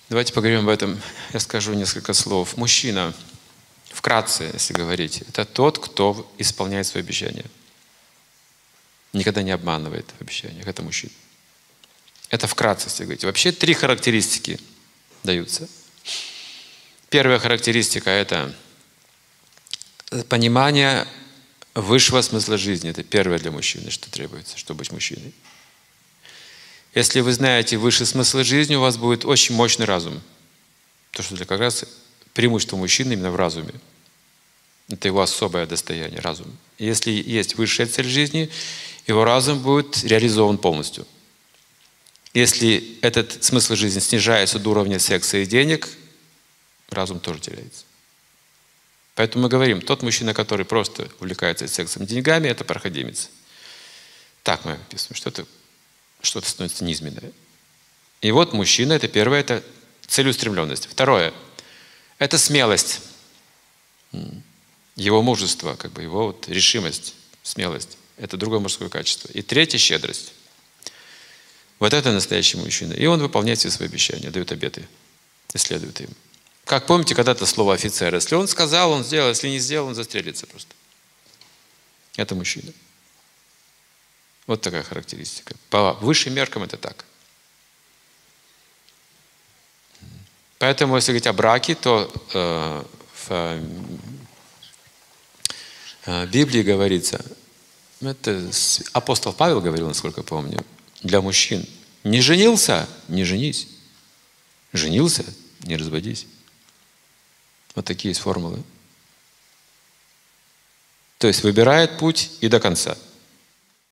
Давайте поговорим об этом. Я скажу несколько слов. Мужчина, вкратце, если говорить, это тот, кто исполняет свои обещания. Никогда не обманывает в обещаниях. Это мужчина. Это вкратце, если говорить. Вообще 3 характеристики даются. Первая характеристика – это понимание высшего смысла жизни. Это первое для мужчины, что требуется, чтобы быть мужчиной. Если вы знаете высший смысл жизни, у вас будет очень мощный разум. То, что для как раз преимущество мужчины именно в разуме. Это его особое достояние, разум. И если есть высшая цель жизни, его разум будет реализован полностью. Если этот смысл жизни снижается до уровня секса и денег, разум тоже теряется. Поэтому мы говорим, тот мужчина, который просто увлекается сексом и деньгами, это проходимец. Так мы описываем, что-то становится низменное. И вот мужчина, это первое, это целеустремленность. Второе, это смелость. Его мужество, его вот решимость, смелость. Это другое мужское качество. И третье, щедрость. Вот это настоящий мужчина. И он выполняет все свои обещания, дает обеты, исследует им. Как помните когда-то слово офицер? Если он сказал, он сделал, если не сделал, он застрелится просто. Это мужчина. Вот такая характеристика. По высшим меркам это так. Поэтому, если говорить о браке, то в Библии говорится, это апостол Павел говорил, насколько я помню, для мужчин. Не женился – не женись. Женился – не разводись. Вот такие есть формулы. То есть выбирает путь и до конца.